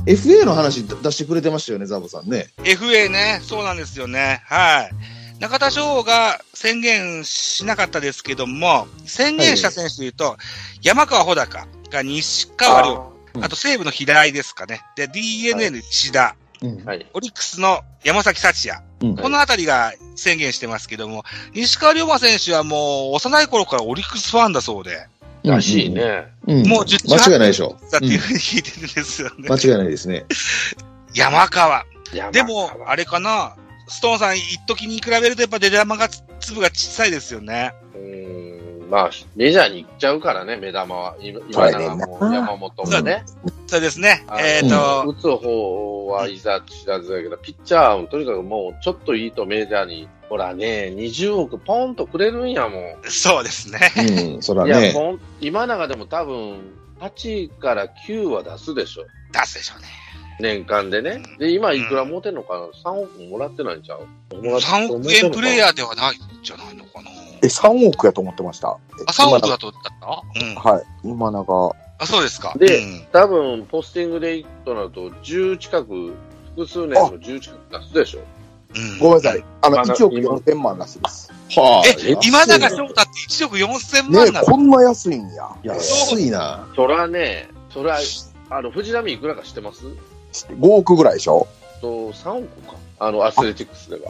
FA の話出してくれてましたよね、ザボさんね。 FA ね、そうなんですよね。はい。中田翔が宣言しなかったですけども、宣言した選手で言うと、山川穂高が西川亮、あと西武の平井ですかね。で、DNA の石田、オリックスの山崎幸也、このあたりが宣言してますけども、西川龍馬選手はもう幼い頃からオリックスファンだそうで。 らしいね。 もう間違いないでしょ。 だっていうふうに聞いてるんですよね。 間違いないですね。 山川。でも、あれかな、ストーンさん、一時に比べるとやっぱ出玉が、粒が小さいですよね。 まあ、メジャーに行っちゃうからね、目玉は。今永も山本もね。 そうですね。 打つ方はいざ知らずだけど、ピッチャー、とにかくもうちょっといいとメジャーに、ほらね、20億ポンとくれるんやもん。 そうですね。 そらね。 いや、今永でも多分、8から9は出すでしょ。 出すでしょうね。 年間でね。で、今いくら持てんのかな、3億もらってないんちゃう ?3 億円プレイヤーではないんじゃないのかな。 3億やと思ってました。 3億だとだったはい。今永。 そうですか。 で、多分、ポスティングでいくとなると、10近く、複数年の10近く出すでしょ。 ごめんなさい。1億4000万らしいです。 はあ。今永翔太って1億4000万なの？ こんな安いんや。 安いな。 そらね、藤浪いくらか知ってます？ 5 億ぐらいでしょ ？3億か。アスレチックスでは。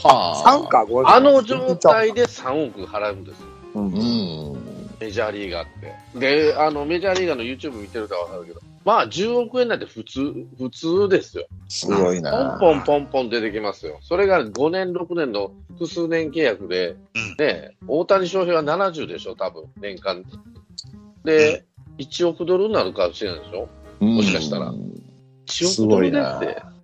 3か5億。 あの状態で3億払うんですよ。メジャーリーガーって。で、メジャーリーガーの YouTube 見てるとわかるけど、まあ10億円なんて普通ですよ。 すごいな。 ポンポン出てきますよ。それが5年、6年の複数年契約で、ね、大谷翔平は70でしょ、多分、年間。で、1億ドルになるかもしれないでしょ、もしかしたら。1億ドルでって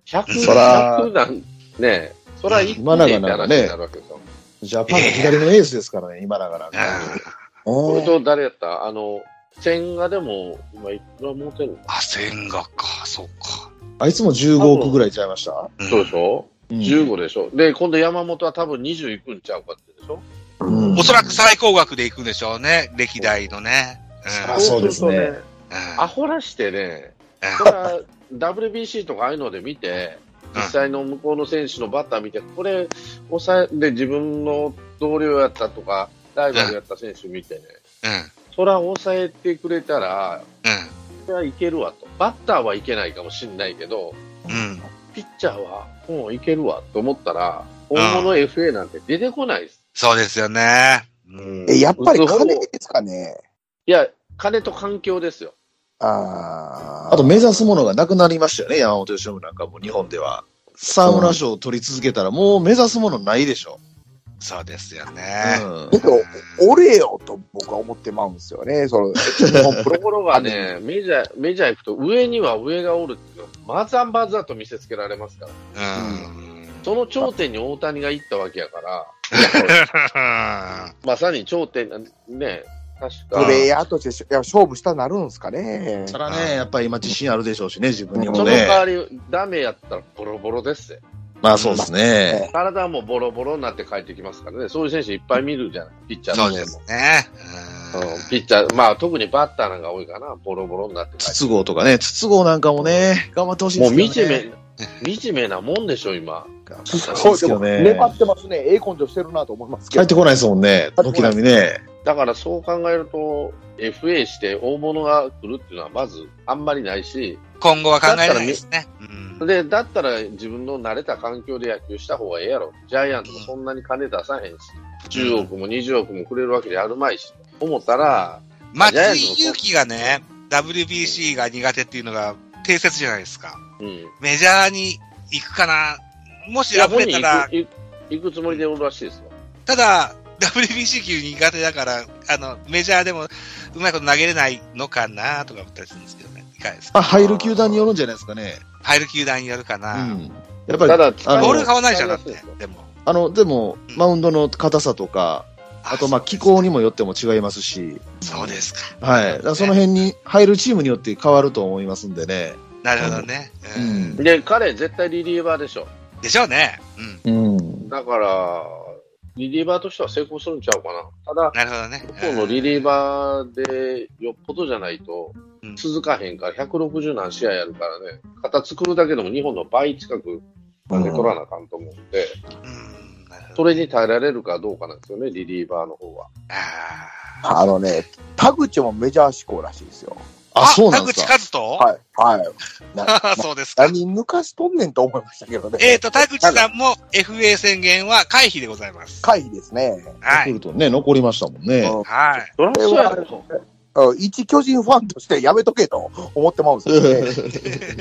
、100なんね、そら一気にって話になるわけですよ。 ジャパンの左のエースですからね、今だからね。 これと誰やった千賀でも、今いくら持てるの？ 千賀か、そうか。 あいつも15億ぐらいちゃいました？ そうでしょ、15でしょ。で、今度山本は多分20いくんちゃうかってでしょ。 おそらく最高額でいくんでしょうね、歴代のね。 そうですね。 アホらしてね、それは WBC とかああいうので見て、実際の向こうの選手のバッター見て、これ、抑えで自分の同僚やったとか、ライバルやった選手見てね、それは抑えてくれたら、それはいけるわと。バッターはいけないかもしれないけど、ピッチャーはもういけるわと思ったら、本物 FA なんて出てこないです。 そうですよね。 やっぱり金ですかね。 いや、金と環境ですよ。 あと目指すものがなくなりましたよね、山本由伸なんかも日本では。沢村賞を取り続けたらもう目指すものないでしょ。 そうですよね。 折れよと僕は思ってまうんですよね。 ところがね、メジャー行くと上には上がおるっていうのまざまざと見せつけられますから。その頂点に大谷が行ったわけやから、まさに頂点ね、確か。 プレイヤーとして勝負したなるんですかね。 そらね、やっぱり今自信あるでしょうしね、自分にもね。 その代わりダメやったらボロボロですよ。 まあそうですね。 体もボロボロになって帰ってきますからね。そういう選手いっぱい見るじゃない、ピッチャーそうですね。 ピッチャー、まあ特にバッターなんか多いかな、ボロボロになって帰って。 筒香とかね、筒香なんかもね、頑張ってほしいですけどね。もう惨めなもんでしょ、今。 そうですよね。粘ってますね。根性してるなと思いますけど。 帰ってこないですもんね、軒並みね。 だからそう考えると、FA して大物が来るっていうのはまずあんまりないし、 今後は考えないですね。 で、だったら自分の慣れた環境で野球した方がええやろ。ジャイアンツもそんなに金出さへんし、10億も20億もくれるわけであるまいし、思ったら、 松井裕樹がね、WBC が苦手っていうのが定説じゃないですか。メジャーに行くかな、もし溢れたら。 行くつもりでおるらしいですよ。 ただ、WBC 級苦手だから、メジャーでもうまいこと投げれないのかなとか思ったりするんですけどね。いかがですか？ 入る球団によるんじゃないですかね。 入る球団によるかな。 やっぱり、 ボール買わないじゃなくて、でも、マウンドの硬さとか、あと、気候にもよっても違いますし。 そうですか。 はい。だからその辺に入るチームによって変わると思いますんでね。 なるほどね。 で、彼絶対リリーバーでしょ。 でしょうね。 だから、 リリーバーとしては成功するんちゃうかな。ただ、 なるほどね。 向こうのリリーバーでよっぽどじゃないと続かへんから160何試合やるからね、肩作るだけでも日本の倍近く投げ取らなあかんと思うんで、それに耐えられるかどうかなんですよね、リリーバーの方は。 田口もメジャー志向らしいですよ。 あ、そうなんですか。 田口和人？ はい。 そうですか。 何抜かしとんねんと思いましたけどね。 田口さんも FA 宣言は回避でございます。 回避ですね。 はい。 ヤクルトね、残りましたもんね。 はい。 それは一巨人ファンとしてやめとけと思ってまうんですよ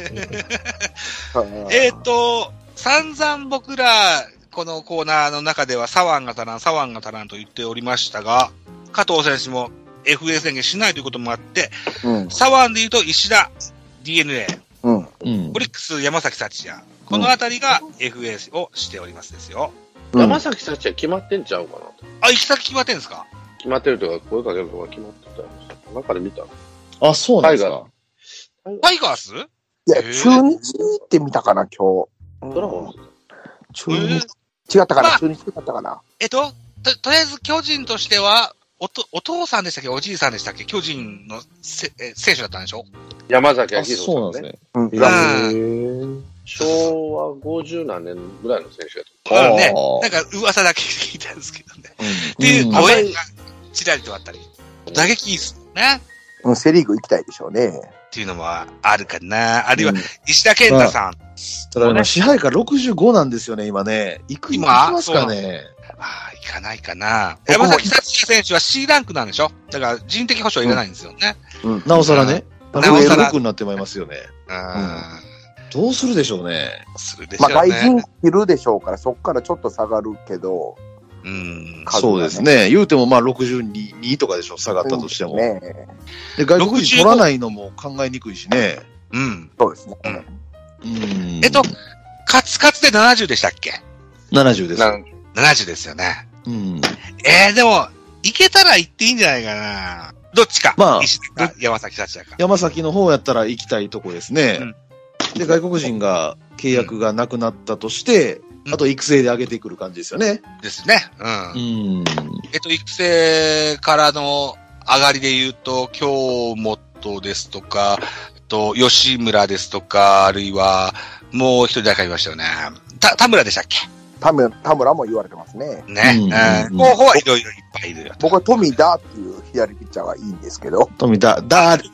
ね。 散々僕ら、このコーナーの中では左腕が足らんと言っておりましたが、加藤選手も FA 宣言しないということもあって、左腕で言うと石田、DNA、オリックス山崎幸也、このあたりが FA をしておりますですよ。 山崎幸也決まってんちゃうかなと。 行き先決まってんですか？ 決まってるというか、声かけるとか決まってたり中で見た。 あ、そうなんですか。 タイガース？ いや、中日行ってみたかな、今日。 ドラゴンズ？ 中日、違ったかな、中日だったかな。 とりあえず巨人としては、お父さんでしたっけおじいさんでしたっけ巨人の選手だったんでしょ山崎明そう宏さんなんでね。 すね。 昭和50何年ぐらいの選手やと。ね。なんか噂だけ聞いたんですけどね。っていうご縁がちらりとあったり。打撃いいっすね。 セリーグ行きたいでしょうね。 っていうのもあるかな。あるいは、石田健太さん。 ただ支配下65なんですよね、今ね。行きますかね。 行かないかな。山崎幸也選手は C ランクなんでしょ？だから人的保障いらないんですよね。 なおさらね。なおさら6になってまいりますよね。どうするでしょうね。 外人いるでしょうから、そこからちょっと下がるけど。 そうですね。言うても62とかでしょ、下がったとしても。で、外国人取らないのも考えにくいしね。 そうですね。 カツカツで70でしたっけ？ 70 です。 70ですよね。でも、行けたら行っていいんじゃないかな。どっちか。石田か、山崎幸也か。 山崎の方やったら行きたいとこですね。で、外国人が契約がなくなったとして、あと育成で上げてくる感じですよね。 ですね。育成からの上がりで言うと、京本ですとか、吉村ですとか、あるいは、もう一人誰かいましたよね。田村でしたっけ？ 田村も言われてますね。 候補はいろいろいっぱいいるよ。 僕は富田っていう左ピッチャーがいいんですけど。 富田、だね。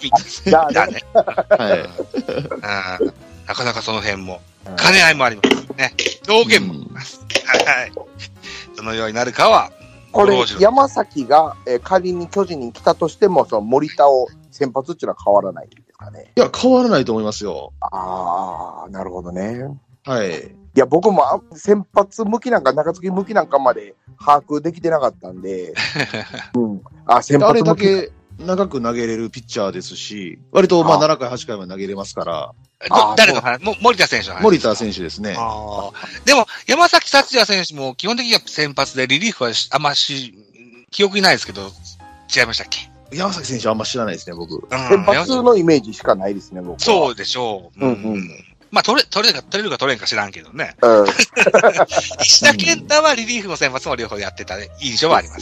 なかなかその辺も、兼ね合いもありますね。条件もあります。どのようになるかは、 これ、山崎が、仮に巨人に来たとしても、その森田を先発っていうのは変わらないんですかね。 いや、変わらないと思いますよ。 なるほどね。 はい。 いや、僕も先発向きなんか中継ぎ向きなんかまで把握できてなかったんで、 先発あれだけ長く投げれるピッチャーですし、割と7回、8回は投げれますから。 誰の話？森田選手の話。 森田選手ですね。 でも、山崎幸也選手も基本的には先発でリリーフはあんま記憶にないですけど、違いましたっけ？ 山崎選手はあんま知らないですね、僕。 先発のイメージしかないですね、僕は。 そうでしょう。取れるか取れんか知らんけどね。石田健太はリリーフも先発も両方やってた印象はあります。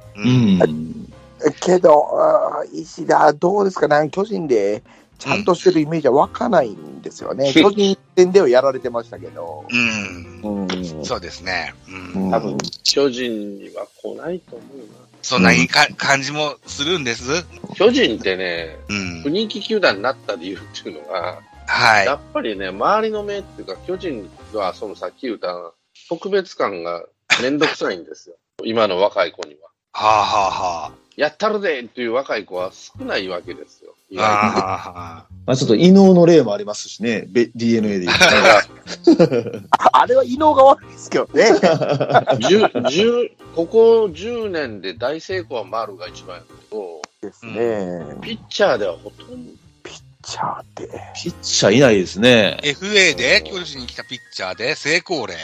けど、石田、どうですかね、巨人でちゃんとしてるイメージは湧かないんですよね。巨人戦ではやられてましたけど。 そうですね。 多分、巨人には来ないと思うな。 そんないい感じもするんです。 巨人ってね、不人気球団になった理由っていうのが、やっぱりね、周りの目っていうか、巨人はそのさっき言った特別感がめんどくさいんですよ。今の若い子には。やったるでっていう若い子は少ないわけですよ。 ちょっと異能の例もありますしね、DNA で言うと。 あれは異能が悪いですけどね。 ここ10年で大成功は丸が一番やけど、 ですね。 ピッチャーではほとんど。 ピッチャーいないですね。 FA で巨人に来たピッチャーで成功例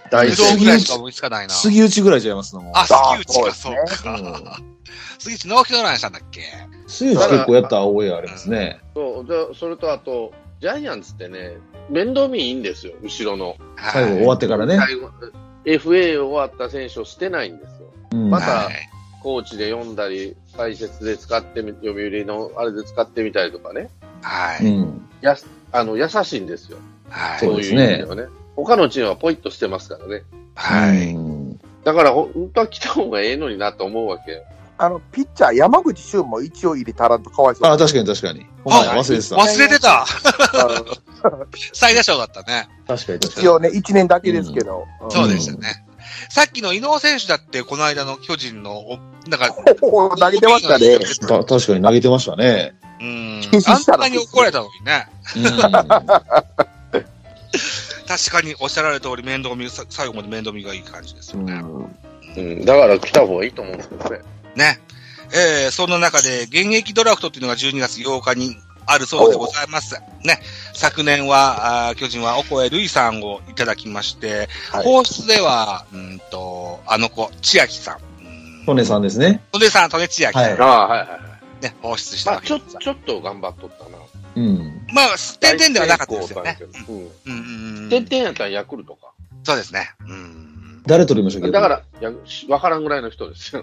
杉内ぐらいちゃいますのも。 杉内か、そうか。杉内ノーヒットランしたんだっけ？ 杉内結構やった青いありますね。 それとあと、ジャイアンツってね、面倒見いいんですよ、後ろの。 最後終わってからね。 FA 終わった選手を捨てないんですよ。 うんまたはいコーチで読んだり、解説で使ってみ、読売のあれで使ってみたりとかね。 はい。 うん。 優しいんですよ。 はい。 そうですねそういう意味ではね。他のチームはポイッとしてますからね。 はい。 うんだから本当は来た方がええのになと思うわけよ。 ピッチャー、山口俊も一応入れたらんとかわいそう。 あ、確かに確かに。ほんまや忘れてた。 忘れてた。 あ最多勝だったね。 確かに確か一応ね、1年だけですけど。 そうでしたね。さっきの伊能選手だって、この間の巨人の、なんか、 投げてましたね。 に。確かに投げてましたね。 あんなに怒られたのにね。 うん。 確かにおっしゃられた通り、面倒見、最後まで面倒見がいい感じですよね。 だから来た方がいいと思うんですけどね。 ね。そんな中で、現役ドラフトっていうのが12月8日にあるそうでございます。ね。昨年は、巨人はオコエルイさんをいただきまして、 はい放出では、あの子、千秋さん。 トネさんですね。 トネさん、トネ千秋さん。 はいああ、はいはいはい。 ね、放出したまあわけです。 ちょっと頑張っとったな。 うん。 まあ、点々ではなかったですよね。 うん。点々やったらヤクルトか。 そうですね。 誰取りましたっけだから、わからんぐらいの人ですよ。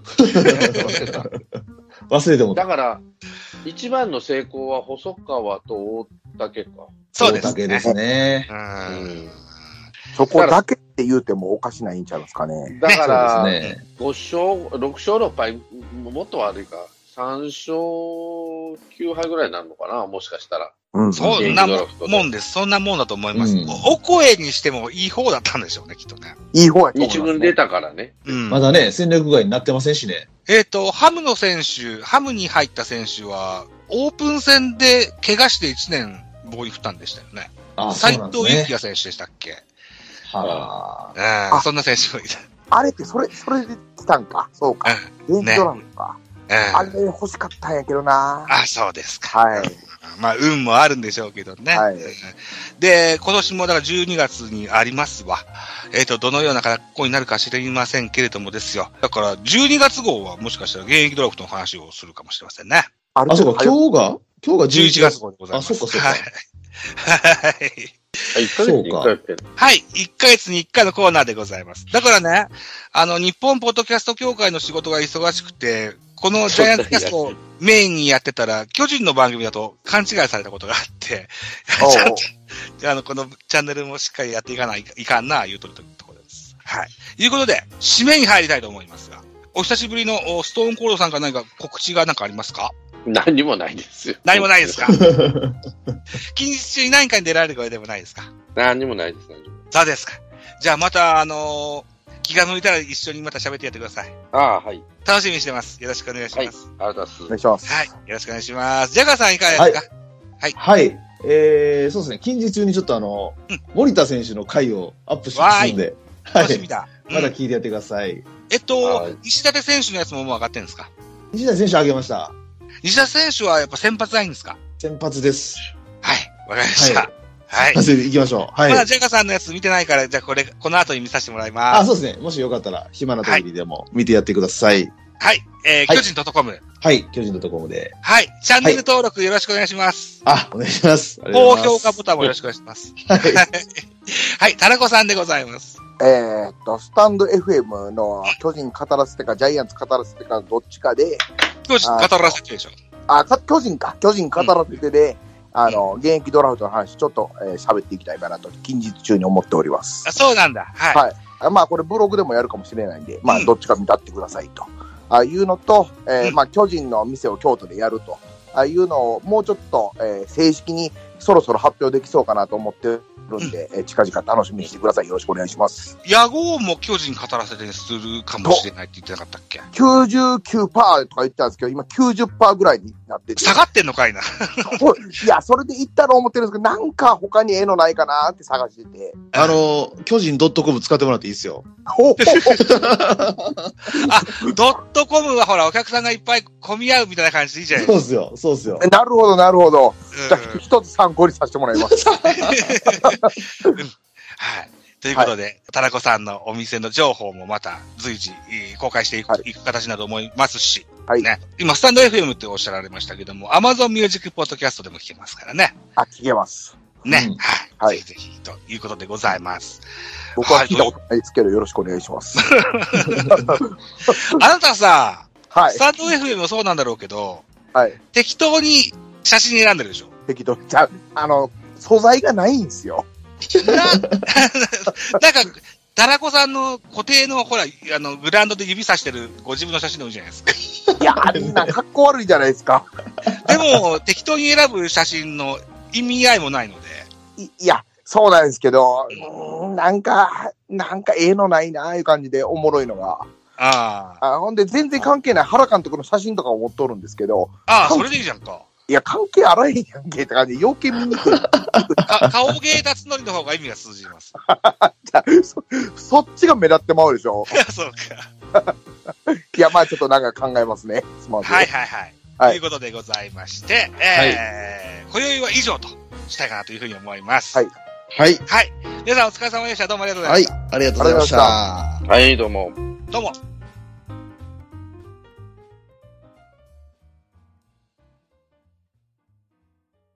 忘れてもだから、一番の成功は細川と大竹か。 そうですね。 大竹ですね。 そこだけって言うてもおかしないんちゃいますかね。 だから、 そうですね。 5勝、6勝6敗、もっと悪いか。3勝9敗ぐらいになるのかな、もしかしたら。 そんなもんです。そんなもんだと思います。お声にしてもいい方だったんでしょうね、きっとね。 いい方やと思います、 一軍出たからね。 まだね、戦力外になってませんしね。 ハムの選手、ハムに入った選手は、オープン戦で怪我して1年棒に振ったんでしたよね。斉藤幸也選手でしたっけ？そんな選手もいた。 あれってそれで来たんか。そうか。現役ドラフトか。あれ欲しかったんやけどな。 あ、そうですか。 はい。 まあ、運もあるんでしょうけどね。 はい。 で、今年もだから12月にありますわ。どのような格好になるか知りませんけれどもですよ。だから、12月号はもしかしたら現役ドラフトの話をするかもしれませんね。 あ、そうか、今日が 11月号でございます。 あ、そうか、そうか。 はい。 1ヶ月に1回やってる。 はい。1ヶ月に1回のコーナーでございます。だからね、日本ポッドキャスト協会の仕事が忙しくて、このジャイアンツキャストをメインにやってたら、巨人の番組だと勘違いされたことがあって、ちゃんと、このチャンネルもしっかりやっていかないかんな、言うとるところです。はい。ということで、締めに入りたいと思いますが、お久しぶりのストーンコールドさんから何か告知が何かありますか？ 何もないですよ。 何もないですか？近日中に何かに出られる声でもないですか？ 何もないです。 そうですか。じゃあまた、気が向いたら一緒にまた喋ってやってください。 はい。 楽しみにしてます。よろしくお願いします。 はい。ありがとうございます。 お願いします。 はい。よろしくお願いします。ジャガーさんいかがですか？ はい。そうですね。近日中にちょっと森田選手の回をアップしますんで。 楽しみだ。 まだ聞いてやってください。 石立選手のやつももう上がってるんですか？ 西田選手上げました。 西田選手はやっぱ先発がいいんですか？ 先発です。 はい。わかりました。はい。 行きましょう。はい。 まだジャガさんのやつ見てないから、じゃあこの後に見させてもらいます。 あ、そうですね。もしよかったら、暇な時にでも見てやってください。 はい。巨人.com。 はい。巨人.com で。 はい。チャンネル登録よろしくお願いします。 お願いします。 高評価ボタンもよろしくお願いします。はい。はい。田中さんでございます。 スタンド FM の巨人語らせてか、ジャイアンツ語らせてか、どっちかで。 巨人語らせてでしょ。 巨人語らせてで、現役ドラフトの話、ちょっと喋っていきたいかなと、近日中に思っております。 そうなんだ。はい。 まあ、これブログでもやるかもしれないんで、まあ、どっちか見たってくださいと。いうのと、まあ、巨人の店を京都でやると。いうのを、もうちょっと、正式にそろそろ発表できそうかなと思ってるんで、近々楽しみにしてください。よろしくお願いします。 野号も巨人語らせてするかもしれないって言ってなかったっけ？ 99% とか言ってたんですけど、今 90% ぐらいになってて。 下がってんのかいな。 いや、それでいったら思ってるんですけど、なんか他にのないかなって探してて。 巨人.com 使ってもらっていいですよ。 .com はほら、お客さんがいっぱい混み合うみたいな感じでいいじゃないですか。 そうっすよ。 なるほど。じゃあ、一つ参考にさせてもらいます。 はい。ということで、田中さんのお店の情報もまた随時公開していく形など思いますし、ね。今、スタンド FM っておっしゃられましたけども、Amazon Music Podcast でも聞けますからね。 聞けます。 ね。はい。 はいぜひぜひ、ということでございます。 僕は聞いたことないですけど、よろしくお願いします。 あなたさ、 はいス。タンド FM もそうなんだろうけど、 はい。 適当に写真選んでるでしょ。 適当に。じゃ素材がないんですよ。 なんか、ダラコさんの固定の、ほら、グラウンドで指さしてるご自分の写真でもいいじゃないですか。 いや、みんな格好悪いじゃないですか。 でも、適当に選ぶ写真の意味合いもないので。 いや、そうなんですけど、なんかええのないな、いう感じでおもろいのが。ほんで、全然関係ない原監督の写真とかを持っとるんですけど。 それでいいじゃんか。 いや、関係あらへんやんけって感じで、余計見にくい。 顔芸立つのりの方が意味が通じます。 じゃそっちが目立ってまうでしょ。 そうか。 いや、まあちょっとなんか考えますね。スマートはい。ということでございまして、今宵は以上としたいかなというふうに思います。 はい。 皆さんお疲れ様でした。どうもありがとうございました。 はい。ありがとうございました。 はい、どうも。 どうも。